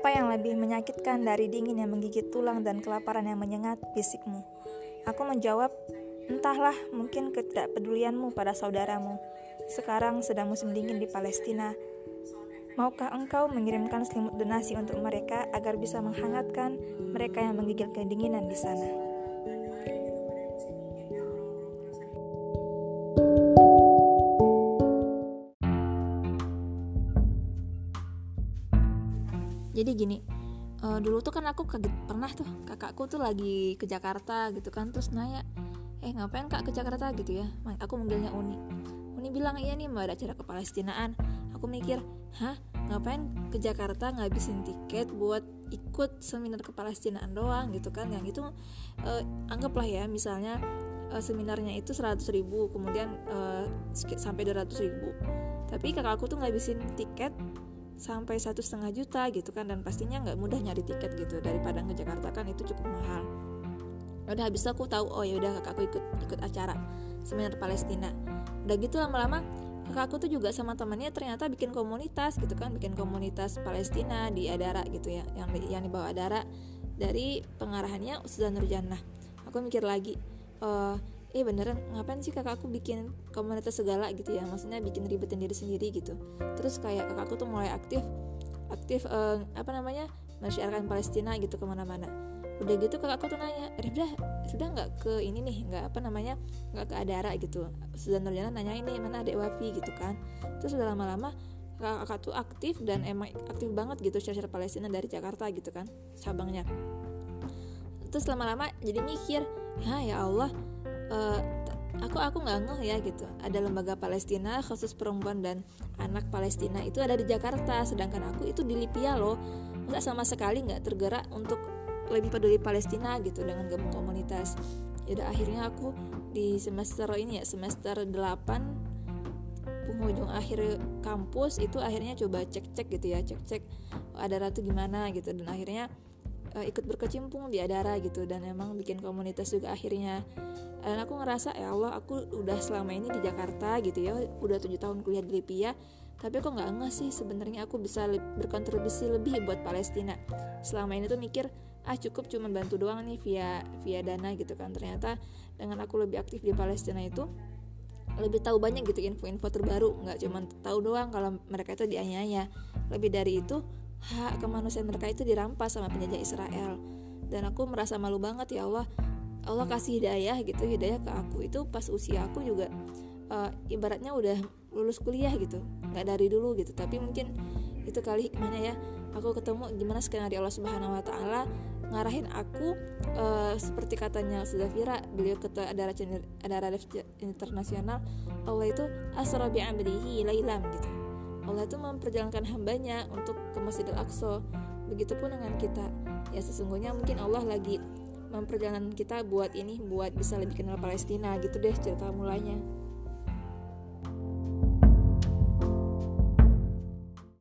Apa yang lebih menyakitkan dari dingin yang menggigit tulang dan kelaparan yang menyengat fisikmu? Aku menjawab, entahlah, mungkin ketidakpedulianmu pada saudaramu. Sekarang sedang musim dingin di Palestina. Maukah engkau mengirimkan selimut donasi untuk mereka agar bisa menghangatkan mereka yang menggigil kedinginan di sana? Jadi gini, dulu tuh kan aku kaget, pernah tuh kakakku tuh lagi ke Jakarta gitu kan, terus nanya, ngapain kak ke Jakarta gitu ya. Aku manggilnya Uni bilang, iya nih mau ada acara kepalestinaan. Aku mikir, ngapain ke Jakarta ngabisin tiket buat ikut seminar kepalestinaan doang gitu kan. Yang itu anggaplah ya, misalnya seminarnya itu 100.000, kemudian sampai 200.000, tapi kakakku tuh ngabisin tiket sampai 1,5 juta gitu kan, dan pastinya nggak mudah nyari tiket gitu dari Padang ke Jakarta kan, itu cukup mahal. Udah habis aku tahu, oh ya udah kakakku ikut acara seminar Palestina. Udah gitu lama-lama kakakku tuh juga sama temannya ternyata bikin komunitas gitu kan, bikin komunitas Palestina di Adara gitu ya, yang dibawa Adara dari pengarahannya Ustazah Nurjannah. Aku mikir lagi, beneran ngapain sih kakakku bikin komunitas segala gitu ya, maksudnya bikin ribetin diri sendiri gitu. Terus kayak kakakku tuh mulai aktif mensiarkan Palestina gitu kemana-mana. Udah gitu kakakku tuh nanya, sudah nggak ke ini nih, nggak ke Adara gitu. Sudah Nurjana nanya ini mana Adek Wafi gitu kan. Terus udah lama-lama kakak tuh aktif, dan emang aktif banget gitu share Palestina dari Jakarta gitu kan cabangnya. Terus lama-lama jadi mikir, ya Allah, aku nggak ngeh ya gitu, ada lembaga Palestina khusus perempuan dan anak Palestina itu ada di Jakarta, sedangkan aku itu di Lipia loh. Nggak sama sekali nggak tergerak untuk lebih peduli Palestina gitu dengan gabung komunitas. Yaudah akhirnya aku di semester 8 penghujung akhir kampus itu akhirnya coba cek gitu ya, cek Adara tuh gimana gitu, dan akhirnya ikut berkecimpung di Adara gitu, dan emang bikin komunitas juga akhirnya. Dan aku ngerasa, ya Allah, aku udah selama ini di Jakarta gitu ya, udah 7 tahun kuliah di Lipia, tapi aku nggak ngeh sih sebenarnya aku bisa berkontribusi lebih buat Palestina. Selama ini tuh mikir, cukup cuma bantu doang nih via dana gitu kan. Ternyata dengan aku lebih aktif di Palestina itu lebih tahu banyak gitu info-info terbaru, nggak cuma tahu doang kalau mereka itu dianiaya. Lebih dari itu, hak kemanusiaan mereka itu dirampas sama penjajah Israel. Dan aku merasa malu banget, ya Allah kasih hidayah ke aku itu pas usia aku juga ibaratnya udah lulus kuliah gitu, nggak dari dulu gitu, tapi mungkin itu kali hikmahnya ya, aku ketemu gimana skenario Allah Subhanahu Wa Taala ngarahin aku, seperti katanya Ustazah Fira, beliau ketua Adara Internasional, Allah itu asra bi 'abdihi lailam gitu. Allah itu memperjalankan hambanya untuk ke Masjidil Aqsa. Begitupun dengan kita. Ya sesungguhnya mungkin Allah lagi memperjalankan kita buat bisa lebih kenal Palestina gitu deh cerita mulanya.